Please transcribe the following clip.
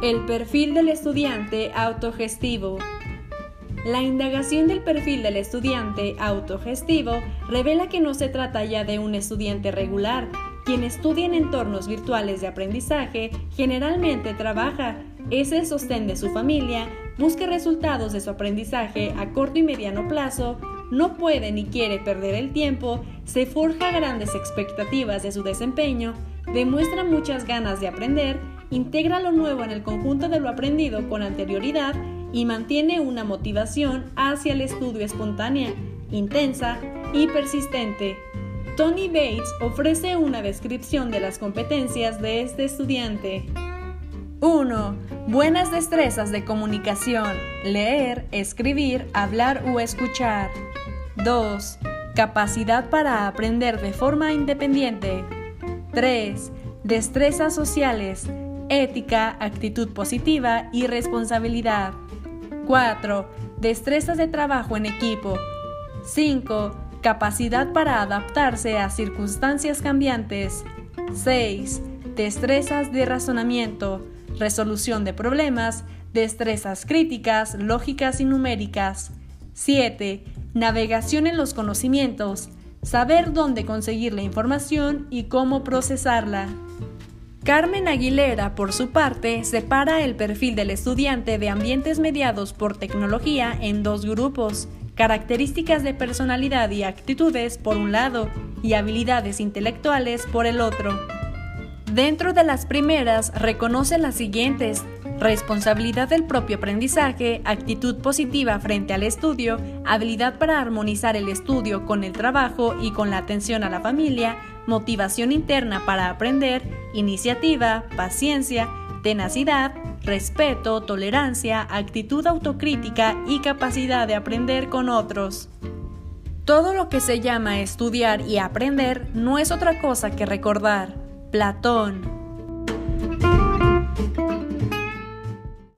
El perfil del estudiante autogestivo. La indagación del perfil del estudiante autogestivo revela que no se trata ya de un estudiante regular, quien estudia en entornos virtuales de aprendizaje, generalmente trabaja, es el sostén de su familia, busca resultados de su aprendizaje a corto y mediano plazo, no puede ni quiere perder el tiempo, se forja grandes expectativas de su desempeño, demuestra muchas ganas de aprender, integra lo nuevo en el conjunto de lo aprendido con anterioridad y mantiene una motivación hacia el estudio espontánea, intensa y persistente. Tony Bates ofrece una descripción de las competencias de este estudiante. 1. Buenas destrezas de comunicación: leer, escribir, hablar o escuchar. 2. Capacidad para aprender de forma independiente. 3. Destrezas sociales: ética, actitud positiva y responsabilidad. 4. Destrezas de trabajo en equipo. 5. Capacidad para adaptarse a circunstancias cambiantes. 6. Destrezas de razonamiento, resolución de problemas, destrezas críticas, lógicas y numéricas. 7. Navegación en los conocimientos, saber dónde conseguir la información y cómo procesarla. Carmen Aguilera, por su parte, separa el perfil del estudiante de ambientes mediados por tecnología en dos grupos: características de personalidad y actitudes por un lado, y habilidades intelectuales por el otro. Dentro de las primeras, reconoce las siguientes: responsabilidad del propio aprendizaje, actitud positiva frente al estudio, habilidad para armonizar el estudio con el trabajo y con la atención a la familia, motivación interna para aprender, iniciativa, paciencia, tenacidad, respeto, tolerancia, actitud autocrítica y capacidad de aprender con otros. Todo lo que se llama estudiar y aprender no es otra cosa que recordar. Platón.